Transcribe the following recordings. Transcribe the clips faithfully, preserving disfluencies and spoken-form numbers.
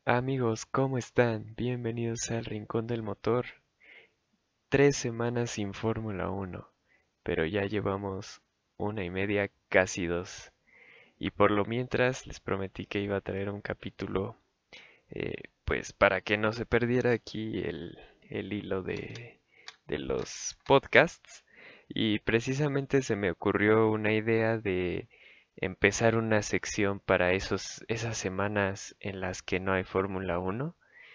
Amigos, ¿cómo están? Bienvenidos al Rincón del Motor. Tres semanas sin Fórmula Uno, pero ya llevamos una y media, casi dos. Y por lo mientras les prometí que iba a traer un capítulo, eh, pues para que no se perdiera aquí el, el hilo de, de los podcasts. Y precisamente se me ocurrió una idea de empezar una sección para esos, esas semanas en las que no hay Fórmula Uno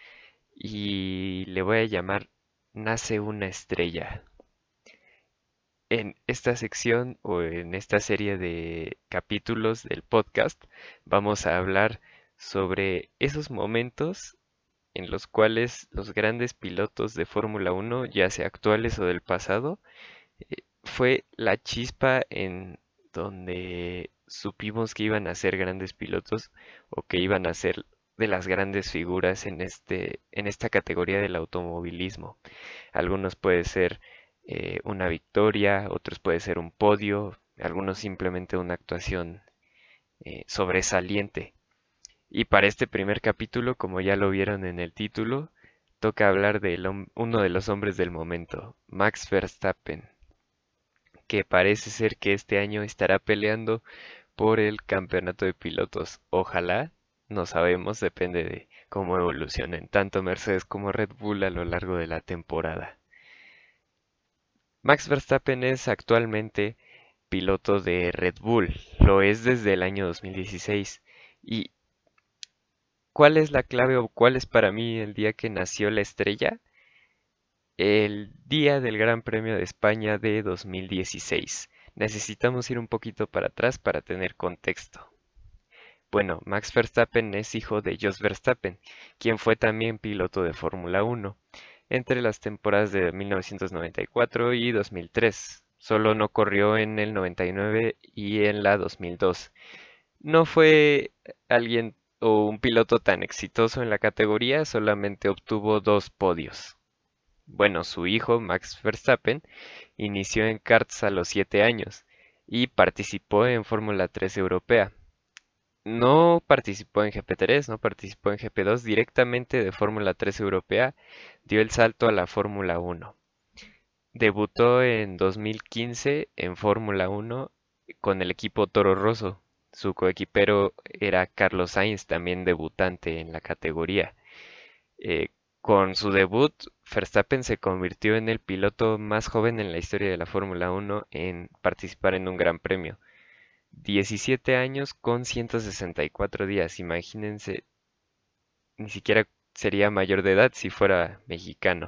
y le voy a llamar Nace una estrella. En esta sección o en esta serie de capítulos del podcast vamos a hablar sobre esos momentos en los cuales los grandes pilotos de Fórmula Uno, ya sea actuales o del pasado, eh, fue la chispa en donde supimos que iban a ser grandes pilotos o que iban a ser de las grandes figuras en este, en esta categoría del automovilismo. Algunos puede ser eh, una victoria, otros puede ser un podio, algunos simplemente una actuación eh, sobresaliente. Y para este primer capítulo, como ya lo vieron en el título, toca hablar de uno de los hombres del momento, Max Verstappen, que parece ser que este año estará peleando por el campeonato de pilotos. Ojalá, no sabemos, depende de cómo evolucionen tanto Mercedes como Red Bull a lo largo de la temporada. Max Verstappen es actualmente piloto de Red Bull, lo es desde el año dos mil dieciséis. ¿Y cuál es la clave o cuál es para mí el día que nació la estrella? El día del Gran Premio de España de dos mil dieciséis. Necesitamos ir un poquito para atrás para tener contexto. Bueno, Max Verstappen es hijo de Jos Verstappen, quien fue también piloto de Fórmula Uno entre las temporadas de mil novecientos noventa y cuatro y dos mil tres. Solo no corrió en el noventa y nueve y en la dos mil dos. No fue alguien o un piloto tan exitoso en la categoría, solamente obtuvo dos podios. Bueno, su hijo, Max Verstappen, inició en karts a los siete años y participó en Fórmula tres europea. No participó en G P tres, no participó en G P dos, directamente de Fórmula tres europea dio el salto a la Fórmula uno. Debutó en dos mil quince en Fórmula uno con el equipo Toro Rosso. Su coequipero era Carlos Sainz, también debutante en la categoría. Eh, con su debut, Verstappen se convirtió en el piloto más joven en la historia de la Fórmula uno en participar en un gran premio. diecisiete años con ciento sesenta y cuatro días. Imagínense, ni siquiera sería mayor de edad si fuera mexicano.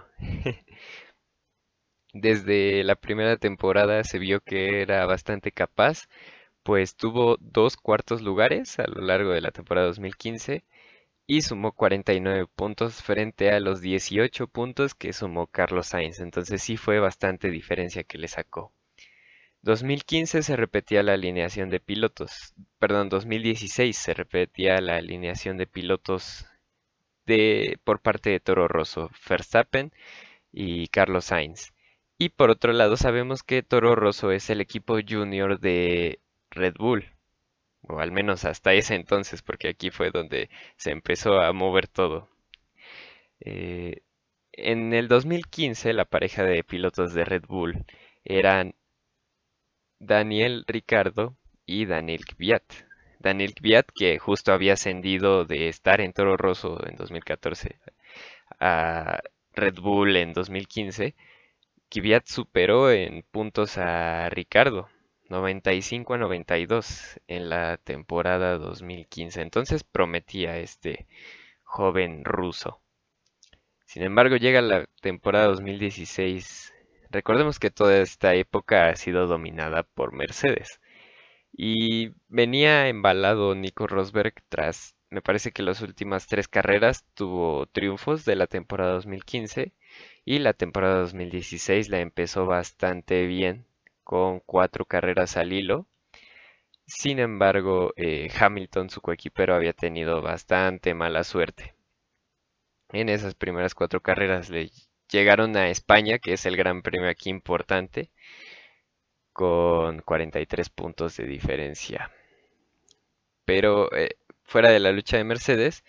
Desde la primera temporada se vio que era bastante capaz, pues tuvo dos cuartos lugares a lo largo de la temporada dos mil quince y sumó cuarenta y nueve puntos frente a los dieciocho puntos que sumó Carlos Sainz. Entonces sí fue bastante diferencia que le sacó. dos mil quince se repetía la alineación de pilotos, perdón, dos mil dieciséis se repetía la alineación de pilotos de por parte de Toro Rosso, Verstappen y Carlos Sainz. Y por otro lado sabemos que Toro Rosso es el equipo junior de Red Bull, o al menos hasta ese entonces, porque aquí fue donde se empezó a mover todo. Eh, en el dos mil quince la pareja de pilotos de Red Bull eran Daniel Ricciardo y Daniel Kvyat. Daniel Kvyat, que justo había ascendido de estar en Toro Rosso en dos mil catorce a Red Bull en dos mil quince, Kvyat superó en puntos a Ricciardo, noventa y cinco a noventa y dos en la temporada dos mil quince. Entonces prometía este joven ruso. Sin embargo, llega la temporada dos mil dieciséis. Recordemos que toda esta época ha sido dominada por Mercedes. Y venía embalado Nico Rosberg tras, me parece que las últimas tres carreras tuvo triunfos de la temporada dos mil quince y la temporada dos mil dieciséis la empezó bastante bien con cuatro carreras al hilo. Sin embargo, eh, Hamilton, su coequipero, había tenido bastante mala suerte. En esas primeras cuatro carreras le llegaron a España, que es el gran premio aquí importante, con cuarenta y tres puntos de diferencia. Pero eh, fuera de la lucha de Mercedes,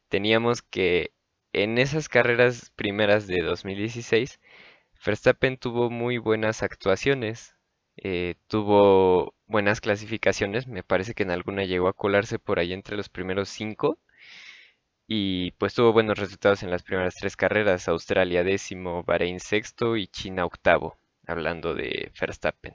teníamos que en esas carreras primeras de dos mil dieciséis, Verstappen tuvo muy buenas actuaciones, eh, tuvo buenas clasificaciones, me parece que en alguna llegó a colarse por ahí entre los primeros cinco y pues tuvo buenos resultados en las primeras tres carreras, Australia décimo, Bahrein sexto y China octavo, hablando de Verstappen.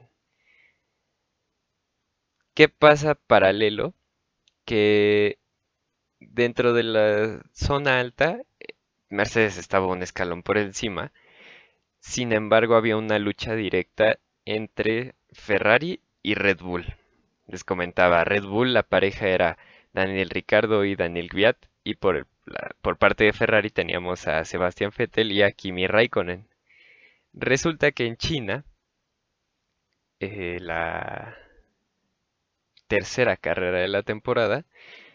¿Qué pasa paralelo? Que dentro de la zona alta, Mercedes estaba un escalón por encima. Sin embargo, había una lucha directa entre Ferrari y Red Bull. Les comentaba, Red Bull, la pareja era Daniel Ricciardo y Daniel Kvyat, y por, el- la- por parte de Ferrari teníamos a Sebastian Vettel y a Kimi Raikkonen. Resulta que en China, eh, la tercera carrera de la temporada,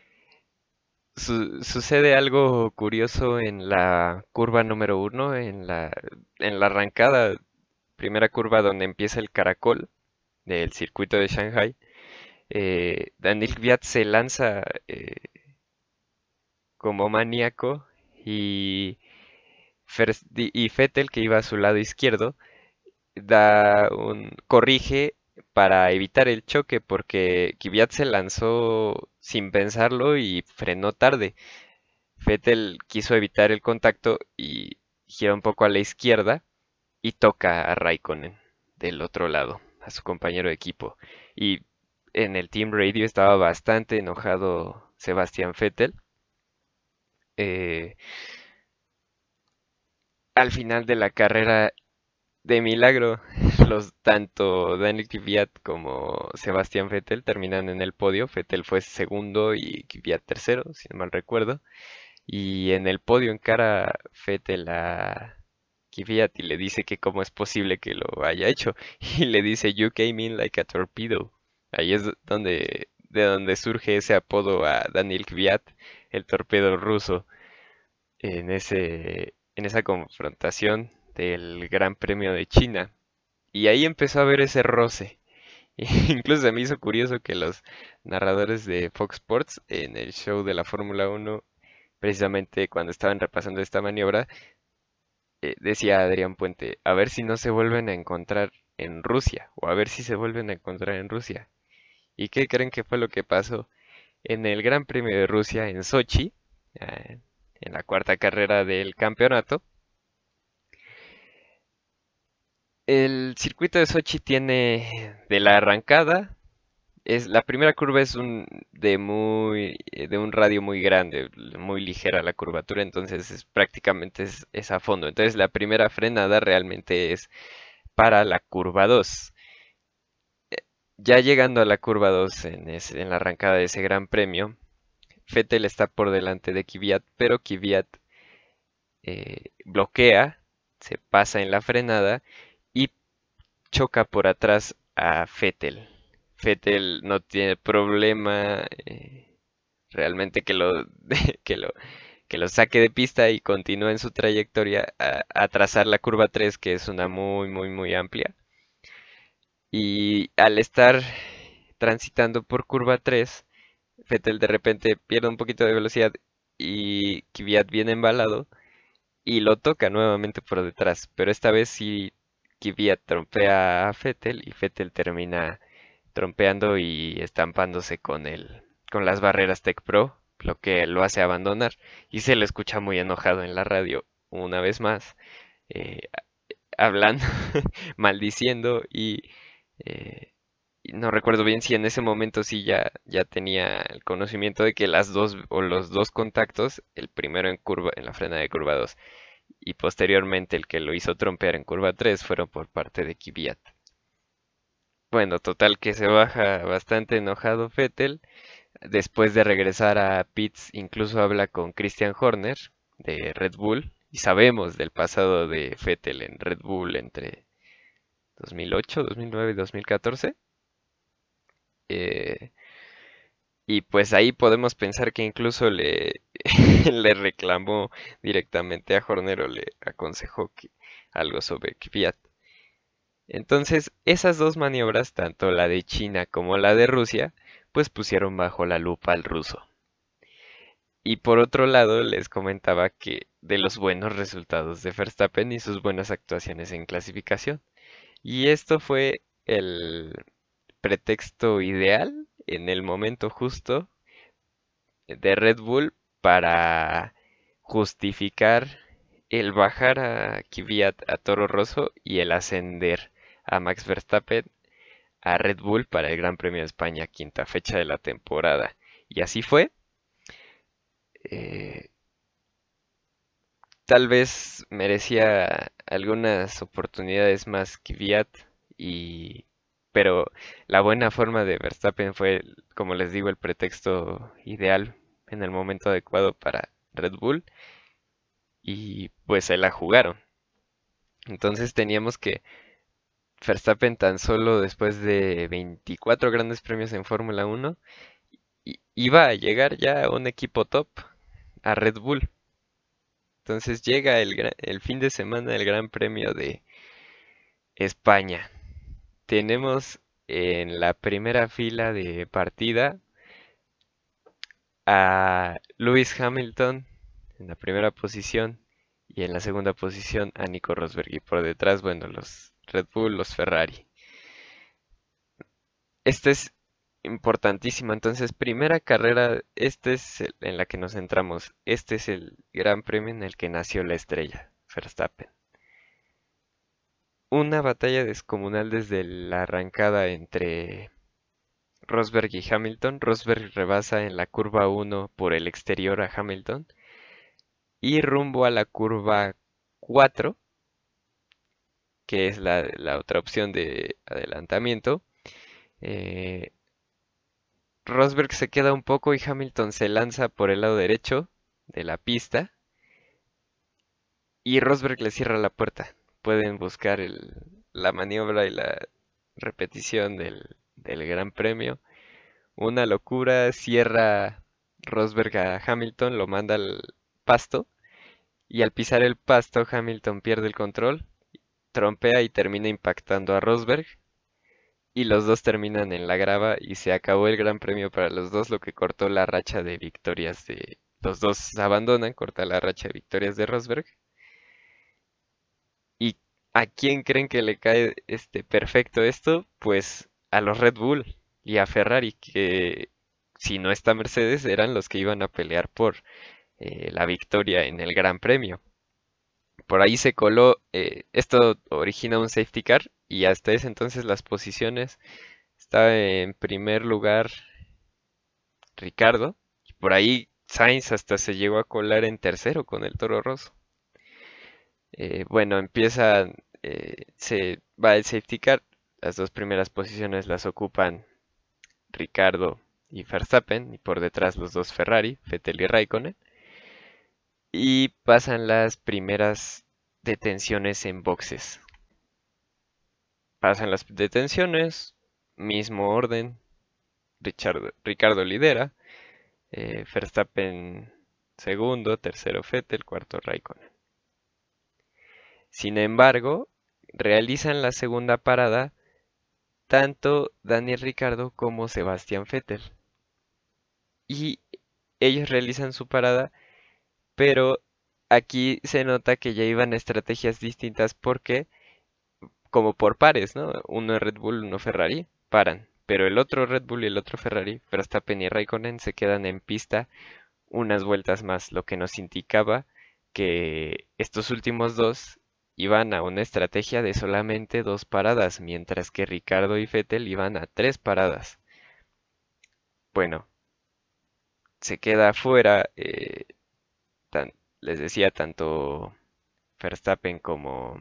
su- sucede algo curioso en la curva número uno, en la, en la arrancada, primera curva donde empieza el caracol del circuito de Shanghai. eh, Daniel Kvyat se lanza eh, como maníaco y, Vers- di- y Vettel, que iba a su lado izquierdo, da un corrige para evitar el choque porque Kvyat se lanzó sin pensarlo y frenó tarde. Vettel quiso evitar el contacto y gira un poco a la izquierda y toca a Raikkonen del otro lado, a su compañero de equipo. Y en el Team Radio estaba bastante enojado Sebastian Vettel. Eh, Al final de la carrera, de milagro, los tanto Daniel Kvyat como Sebastian Vettel terminan en el podio. Vettel fue segundo y Kvyat tercero, si no mal recuerdo. Y en el podio encara Vettel a Kvyat y le dice que cómo es posible que lo haya hecho. Y le dice, You came in like a torpedo. Ahí es donde, de donde surge ese apodo a Daniel Kvyat, el torpedo ruso, en ese, en esa confrontación del Gran Premio de China. Y ahí empezó a haber ese roce. Incluso se me hizo curioso que los narradores de Fox Sports en el show de la Fórmula Uno, precisamente cuando estaban repasando esta maniobra, eh, decía Adrián Puente, a ver si no se vuelven a encontrar en Rusia, o a ver si se vuelven a encontrar en Rusia. ¿Y qué creen que fue lo que pasó? En el Gran Premio de Rusia, en Sochi, eh, en la cuarta carrera del campeonato, el circuito de Sochi tiene de la arrancada, es, la primera curva es un, de, muy, eh, de un radio muy grande, muy ligera la curvatura, entonces es, prácticamente es, es a fondo. Entonces la primera frenada realmente es para la curva dos. Ya llegando a la curva dos en, ese- en la arrancada de ese gran premio, Vettel está por delante de Kvyat, pero Kvyat eh, bloquea, se pasa en la frenada y choca por atrás a Vettel. Vettel no tiene problema, eh, realmente que lo, que lo, que lo saque de pista y continúa en su trayectoria a, a trazar la curva tres, que es una muy, muy, muy amplia. Y al estar transitando por curva tres, Vettel de repente pierde un poquito de velocidad y Kvyat viene embalado y lo toca nuevamente por detrás. Pero esta vez sí Kvyat trompea a Vettel y Vettel termina trompeando y estampándose con el, con las barreras Tech Pro, lo que lo hace abandonar. Y se le escucha muy enojado en la radio una vez más, eh, hablando, maldiciendo y eh, y no recuerdo bien si en ese momento sí ya, ya tenía el conocimiento de que las dos o los dos contactos, el primero en curva, en la frena de curva dos y posteriormente el que lo hizo trompear en curva tres fueron por parte de Kvyat. Bueno, total que se baja bastante enojado Vettel. Después de regresar a pits, incluso habla con Christian Horner de Red Bull. Y sabemos del pasado de Vettel en Red Bull entre dos mil ocho, dos mil nueve y dos mil catorce. Eh, y pues ahí podemos pensar que incluso le, le reclamó directamente a Horner o le aconsejó que- algo sobre Kvyat. Entonces, esas dos maniobras, tanto la de China como la de Rusia, pues pusieron bajo la lupa al ruso. Y por otro lado, les comentaba que de los buenos resultados de Verstappen y sus buenas actuaciones en clasificación. Y esto fue el pretexto ideal en el momento justo de Red Bull para justificar el bajar a Kvyat a Toro Rosso y el ascender a Max Verstappen a Red Bull para el Gran Premio de España, quinta fecha de la temporada. Y así fue. Eh, Tal vez merecía algunas oportunidades más Kvyat y pero la buena forma de Verstappen fue, como les digo, el pretexto ideal en el momento adecuado para Red Bull y pues se la jugaron. Entonces teníamos que Verstappen tan solo después de veinticuatro grandes premios en Fórmula Uno i- iba a llegar ya a un equipo top, a Red Bull. Entonces llega el, gra- el fin de semana del Gran Premio de España. Tenemos en la primera fila de partida a Lewis Hamilton en la primera posición y en la segunda posición a Nico Rosberg y por detrás, bueno, los Red Bull, los Ferrari. Esta es importantísima, entonces primera carrera, esta es el- en la que nos centramos. Este es el gran premio en el que nació la estrella, Verstappen. Una batalla descomunal desde la arrancada entre Rosberg y Hamilton. Rosberg rebasa en la curva uno por el exterior a Hamilton y rumbo a la curva cuatro, que es la, la otra opción de adelantamiento. eh, Rosberg se queda un poco y Hamilton se lanza por el lado derecho de la pista y Rosberg le cierra la puerta. Pueden buscar el- la maniobra y la repetición del, del Gran Premio. Una locura, cierra Rosberg a Hamilton, lo manda al pasto y al pisar el pasto Hamilton pierde el control, trompea y termina impactando a Rosberg y los dos terminan en la grava y se acabó el Gran Premio para los dos, lo que cortó la racha de victorias de... Los dos abandonan, corta la racha de victorias de Rosberg. ¿Y a quién creen que le cae este perfecto esto? Pues a los Red Bull y a Ferrari, que si no está Mercedes eran los que iban a pelear por eh, la victoria en el Gran Premio. Por ahí se coló, eh, esto origina un safety car y hasta ese entonces las posiciones estaba en primer lugar Ricardo y por ahí Sainz hasta se llegó a colar en tercero con el Toro Rosso. Eh, bueno, empieza, eh, se va el safety car, las dos primeras posiciones las ocupan Ricardo y Verstappen y por detrás los dos Ferrari, Vettel y Raikkonen. Y pasan las primeras detenciones en boxes. Pasan las detenciones, mismo orden, Richard- Ricardo lidera, eh, Verstappen segundo, tercero Vettel, cuarto Raikkonen. Sin embargo, realizan la segunda parada tanto Daniel Ricciardo como Sebastián Vettel. Y ellos realizan su parada, pero aquí se nota que ya iban estrategias distintas porque como por pares, ¿no? Uno Red Bull, uno Ferrari, paran. Pero el otro Red Bull y el otro Ferrari, Verstappen y Raikkonen, se quedan en pista unas vueltas más, lo que nos indicaba que estos últimos dos iban a una estrategia de solamente dos paradas, mientras que Ricardo y Vettel iban a tres paradas. Bueno, se queda fuera, eh, tan- les decía, tanto Verstappen como,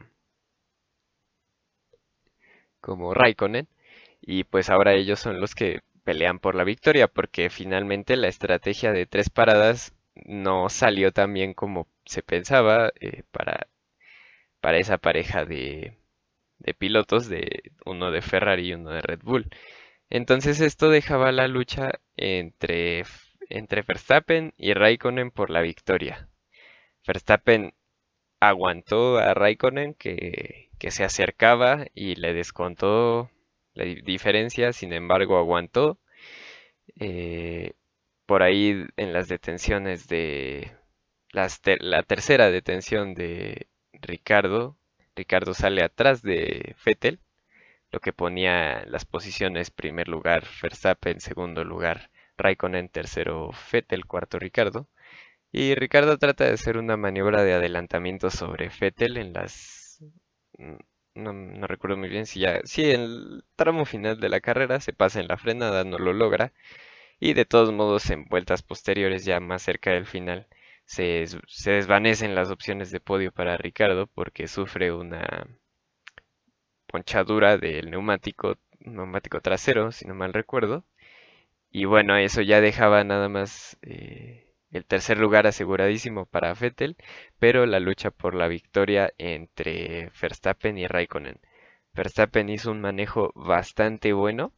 como Raikkonen. Y pues ahora ellos son los que pelean por la victoria, porque finalmente la estrategia de tres paradas no salió tan bien como se pensaba eh, para, para esa pareja de, de pilotos, de uno de Ferrari y uno de Red Bull. Entonces esto dejaba la lucha entre, entre Verstappen y Raikkonen por la victoria. Verstappen aguantó a Raikkonen que, que se acercaba y le descontó la di- diferencia, sin embargo aguantó. eh, por ahí en las detenciones de las ter- la tercera detención de Ricardo, Ricardo sale atrás de Vettel, lo que ponía las posiciones primer lugar Verstappen, segundo lugar Raikkonen, tercero Vettel, cuarto Ricardo. Y Ricardo trata de hacer una maniobra de adelantamiento sobre Vettel en las... mm, No, no recuerdo muy bien si ya... Sí, en el tramo final de la carrera se pasa en la frenada, no lo logra. Y de todos modos en vueltas posteriores, ya más cerca del final, se, des- se desvanecen las opciones de podio para Ricardo porque sufre una ponchadura del neumático, neumático trasero, si no mal recuerdo. Y bueno, eso ya dejaba nada más eh, el tercer lugar aseguradísimo para Vettel, pero la lucha por la victoria entre Verstappen y Raikkonen. Verstappen hizo un manejo bastante bueno,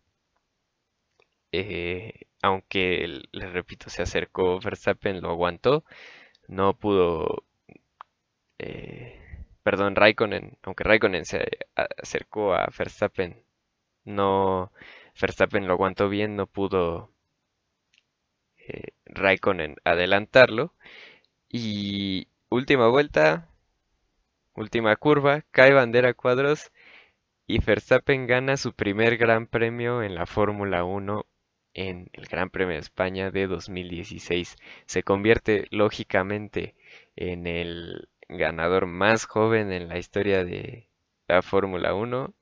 eh, aunque, l- les repito, se acercó Verstappen, lo aguantó, no pudo, eh, perdón, Raikkonen, aunque Raikkonen se a- acercó a Verstappen, no, Verstappen lo aguantó bien, no pudo eh, Raikkonen adelantarlo. Y última vuelta, última curva, cae bandera cuadros y Verstappen gana su primer gran premio en la Fórmula Uno en el Gran Premio de España de dos mil dieciséis. Se convierte lógicamente en el ganador más joven en la historia de la Fórmula Uno.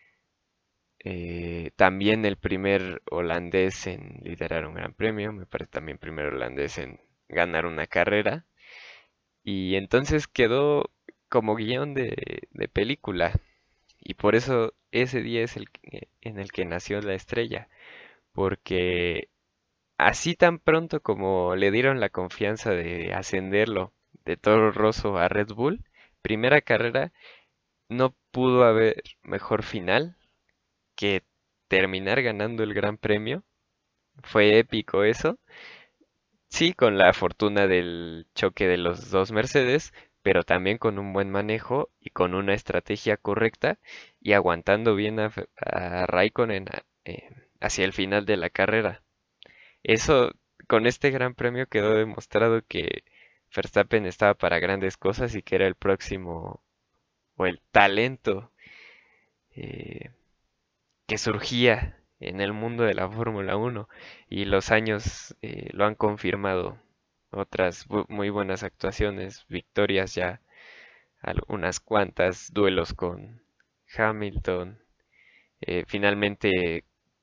Eh, también el primer holandés en liderar un gran premio, me parece también primer holandés en ganar una carrera. Y entonces quedó como guión de, de película. Y por eso ese día es el que- en el que nació la estrella. Porque así tan pronto como le dieron la confianza de ascenderlo de Toro Rosso a Red Bull, primera carrera, no pudo haber mejor final que terminar ganando el Gran Premio. Fue épico eso. Sí, con la fortuna del choque de los dos Mercedes, pero también con un buen manejo y con una estrategia correcta y aguantando bien a, Fe- a Raikkonen a- eh, hacia el final de la carrera. Eso, con este gran premio quedó demostrado que Verstappen estaba para grandes cosas y que era el próximo o el talento eh, que surgía en el mundo de la Fórmula Uno y los años eh, lo han confirmado. Otras bu- muy buenas actuaciones, victorias ya, al- unas cuantas, duelos con Hamilton. Eh, finalmente,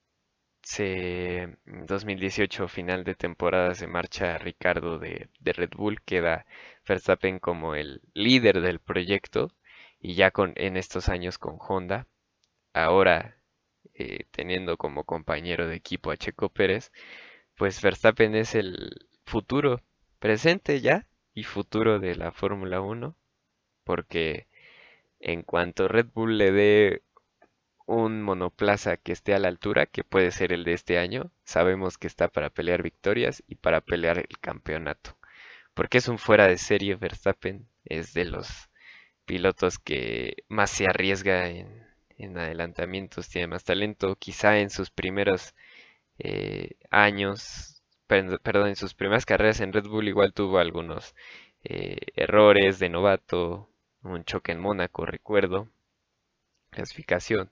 se, en dos mil dieciocho, final de temporada, se marcha Ricardo de, de Red Bull, queda Verstappen como el líder del proyecto y ya con, en estos años con Honda. Ahora eh, teniendo como compañero de equipo a Checo Pérez, pues Verstappen es el futuro, presente ya y futuro de la Fórmula Uno, porque en cuanto Red Bull le dé un monoplaza que esté a la altura, que puede ser el de este año, sabemos que está para pelear victorias y para pelear el campeonato, porque es un fuera de serie Verstappen, es de los pilotos que más se arriesga en, en adelantamientos, tiene más talento, quizá en sus primeros eh, años, per- perdón, en sus primeras carreras en Red Bull igual tuvo algunos eh, errores de novato, un choque en Mónaco, recuerdo, clasificación,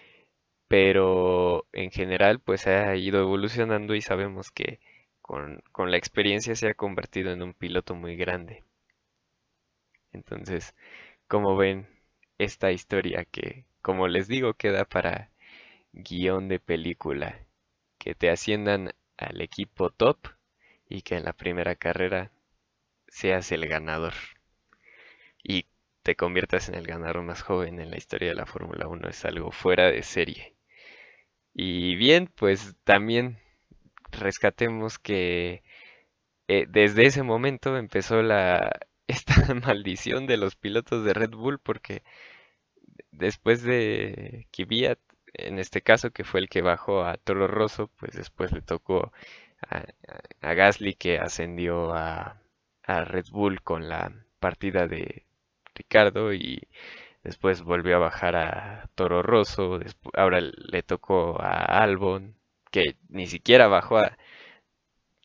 pero en general pues ha ido evolucionando y sabemos que con, con la experiencia se ha convertido en un piloto muy grande. Entonces, como ven esta historia que, como les digo, queda para guión de película, que te asciendan al equipo top y que en la primera carrera seas el ganador y te conviertas en el ganador más joven en la historia de la Fórmula Uno es algo fuera de serie. Y bien, pues también rescatemos que eh, desde ese momento empezó la esta maldición de los pilotos de Red Bull porque después de Kvyat, en este caso que fue el que bajó a Toro Rosso, pues después le tocó a, a- a Gasly que ascendió a, a Red Bull con la partida de Ricardo y después volvió a bajar a Toro Rosso, despu- ahora le tocó a Albon que ni siquiera bajó a,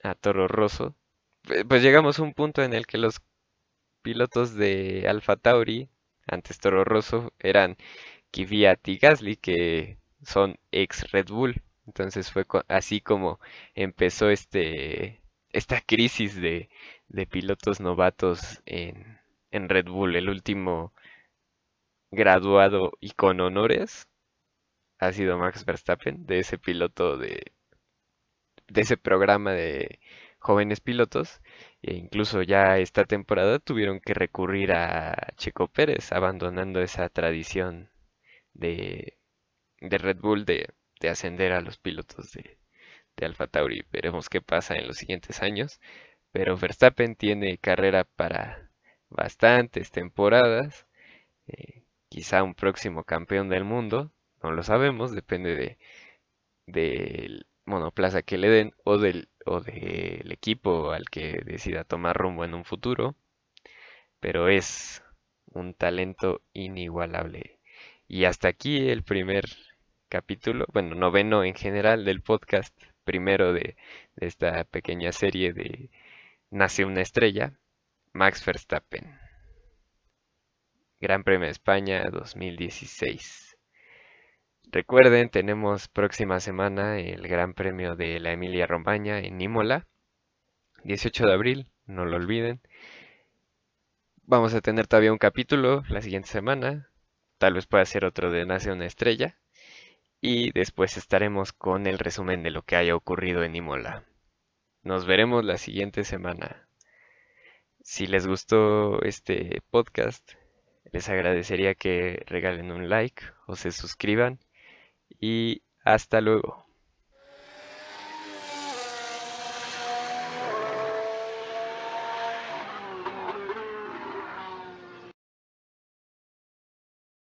a Toro Rosso. Pe- Pues llegamos a un punto en el que los pilotos de Alfa Tauri, antes Toro Rosso, eran Kvyat y Gasly, que son ex Red Bull. Entonces fue co- así como empezó este, esta crisis de, de pilotos novatos en, en Red Bull. El último graduado y con honores ha sido Max Verstappen, de ese piloto de, de ese programa de jóvenes pilotos. E incluso ya esta temporada tuvieron que recurrir a Checo Pérez, abandonando esa tradición de, de Red Bull de, de ascender a los pilotos de, de Alfa Tauri. Veremos qué pasa en los siguientes años. Pero Verstappen tiene carrera para bastantes temporadas. eh, Quizá un próximo campeón del mundo. No lo sabemos, depende de, del monoplaza que le den o del, o del equipo al que decida tomar rumbo en un futuro. Pero es un talento inigualable. Y hasta aquí el primer capítulo, bueno, noveno en general del podcast, primero de, de esta pequeña serie de Nace una estrella, Max Verstappen, Gran Premio de España dos mil dieciséis. Recuerden, tenemos próxima semana el Gran Premio de la Emilia-Romagna en Imola, dieciocho de abril, no lo olviden. Vamos a tener todavía un capítulo la siguiente semana, tal vez pueda ser otro de Nace una estrella, y después estaremos con el resumen de lo que haya ocurrido en Imola. Nos veremos la siguiente semana. Si les gustó este podcast, les agradecería que regalen un like o se suscriban y hasta luego.